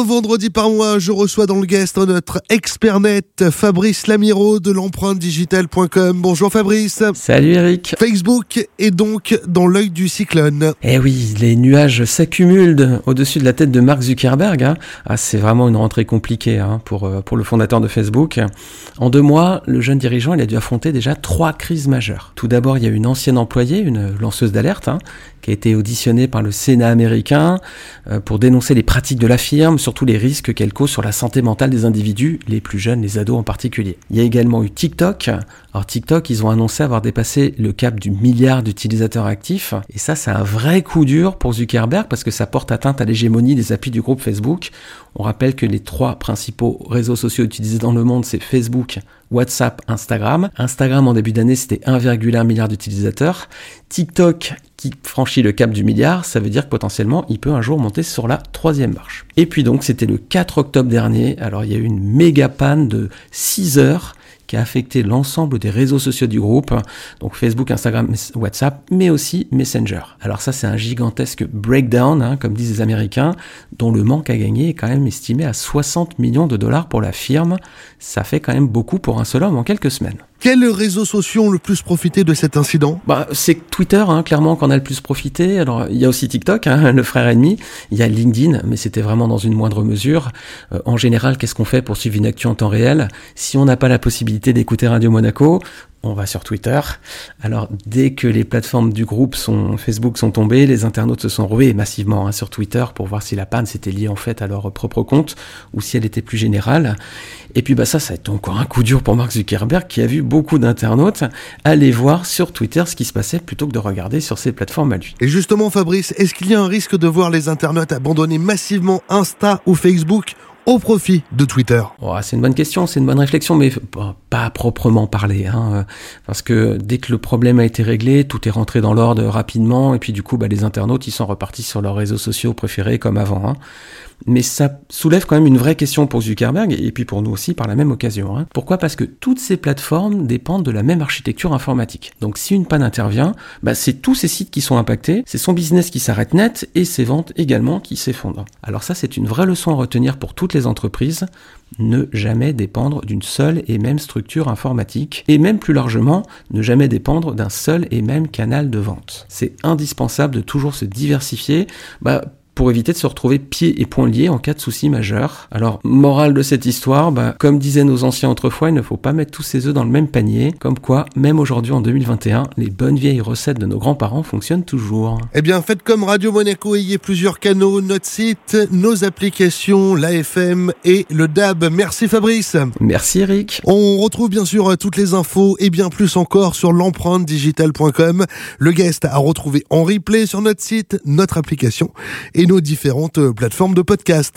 vendredi par mois, je reçois dans le guest notre expert net Fabrice Lamiro de l'empreintedigitale.com. Bonjour Fabrice. Salut Eric. Facebook est donc dans l'œil du cyclone. Eh oui, les nuages s'accumulent au-dessus de la tête de Mark Zuckerberg. C'est vraiment une rentrée compliquée pour le fondateur de Facebook. En 2 mois, le jeune dirigeant il a dû affronter déjà 3 crises majeures. Tout d'abord, il y a une ancienne employée, une lanceuse d'alerte, qui a été auditionnée par le Sénat américain pour dénoncer les pratiques de la firme, surtout les risques qu'elle cause sur la santé mentale des individus, les plus jeunes, les ados en particulier. Il y a également eu TikTok. Alors TikTok, ils ont annoncé avoir dépassé le cap du milliard d'utilisateurs actifs. Et ça, c'est un vrai coup dur pour Zuckerberg parce que ça porte atteinte à l'hégémonie des API du groupe Facebook. On rappelle que les 3 principaux réseaux sociaux utilisés dans le monde, c'est Facebook, WhatsApp, Instagram. Instagram, en début d'année, c'était 1,1 milliard d'utilisateurs. TikTok, qui franchit le cap du milliard, ça veut dire que potentiellement, il peut un jour monter sur la 3e marche. Et puis donc, c'était le 4 octobre dernier. Alors, il y a eu une méga panne de 6 heures qui a affecté l'ensemble des réseaux sociaux du groupe, donc Facebook, Instagram, WhatsApp, mais aussi Messenger. Alors ça, c'est un gigantesque breakdown, comme disent les Américains, dont le manque à gagner est quand même estimé à 60 millions de dollars pour la firme. Ça fait quand même beaucoup pour un seul homme en quelques semaines. Quels réseaux sociaux ont le plus profité de cet incident ? C'est Twitter, clairement, qu'on a le plus profité. Alors, il y a aussi TikTok, le frère ennemi. Il y a LinkedIn, mais c'était vraiment dans une moindre mesure. En général, qu'est-ce qu'on fait pour suivre une actu en temps réel ? Si on n'a pas la possibilité d'écouter Radio Monaco, on va sur Twitter. Alors, dès que les plateformes du groupe Facebook sont tombées, les internautes se sont rués massivement sur Twitter pour voir si la panne s'était liée en fait à leur propre compte ou si elle était plus générale. Et puis ça a été encore un coup dur pour Mark Zuckerberg qui a vu beaucoup d'internautes aller voir sur Twitter ce qui se passait plutôt que de regarder sur ses plateformes à lui. Et justement Fabrice, est-ce qu'il y a un risque de voir les internautes abandonner massivement Insta ou Facebook au profit de Twitter ? C'est une bonne question, c'est une bonne réflexion, mais pas à proprement parler, parce que dès que le problème a été réglé, tout est rentré dans l'ordre rapidement, et puis du coup, les internautes, ils sont repartis sur leurs réseaux sociaux préférés comme avant. Mais ça soulève quand même une vraie question pour Zuckerberg, et puis pour nous aussi par la même occasion. Pourquoi ? Parce que toutes ces plateformes dépendent de la même architecture informatique. Donc si une panne intervient, c'est tous ces sites qui sont impactés, c'est son business qui s'arrête net, et ses ventes également qui s'effondrent. Alors ça, c'est une vraie leçon à retenir pour toutes les entreprises. Ne jamais dépendre d'une seule et même structure informatique, et même plus largement, ne jamais dépendre d'un seul et même canal de vente. C'est indispensable de toujours se diversifier, pour éviter de se retrouver pieds et poings liés en cas de souci majeur. Alors, morale de cette histoire, comme disaient nos anciens autrefois, il ne faut pas mettre tous ses œufs dans le même panier, comme quoi, même aujourd'hui en 2021, les bonnes vieilles recettes de nos grands-parents fonctionnent toujours. Eh bien, faites comme Radio Monaco, ayez plusieurs canaux, notre site, nos applications, l'AFM et le DAB. Merci Fabrice. Merci Eric. On retrouve bien sûr toutes les infos et bien plus encore sur l'empreintedigitale.com. Le guest à retrouver en replay sur notre site, notre application et nos différentes plateformes de podcast.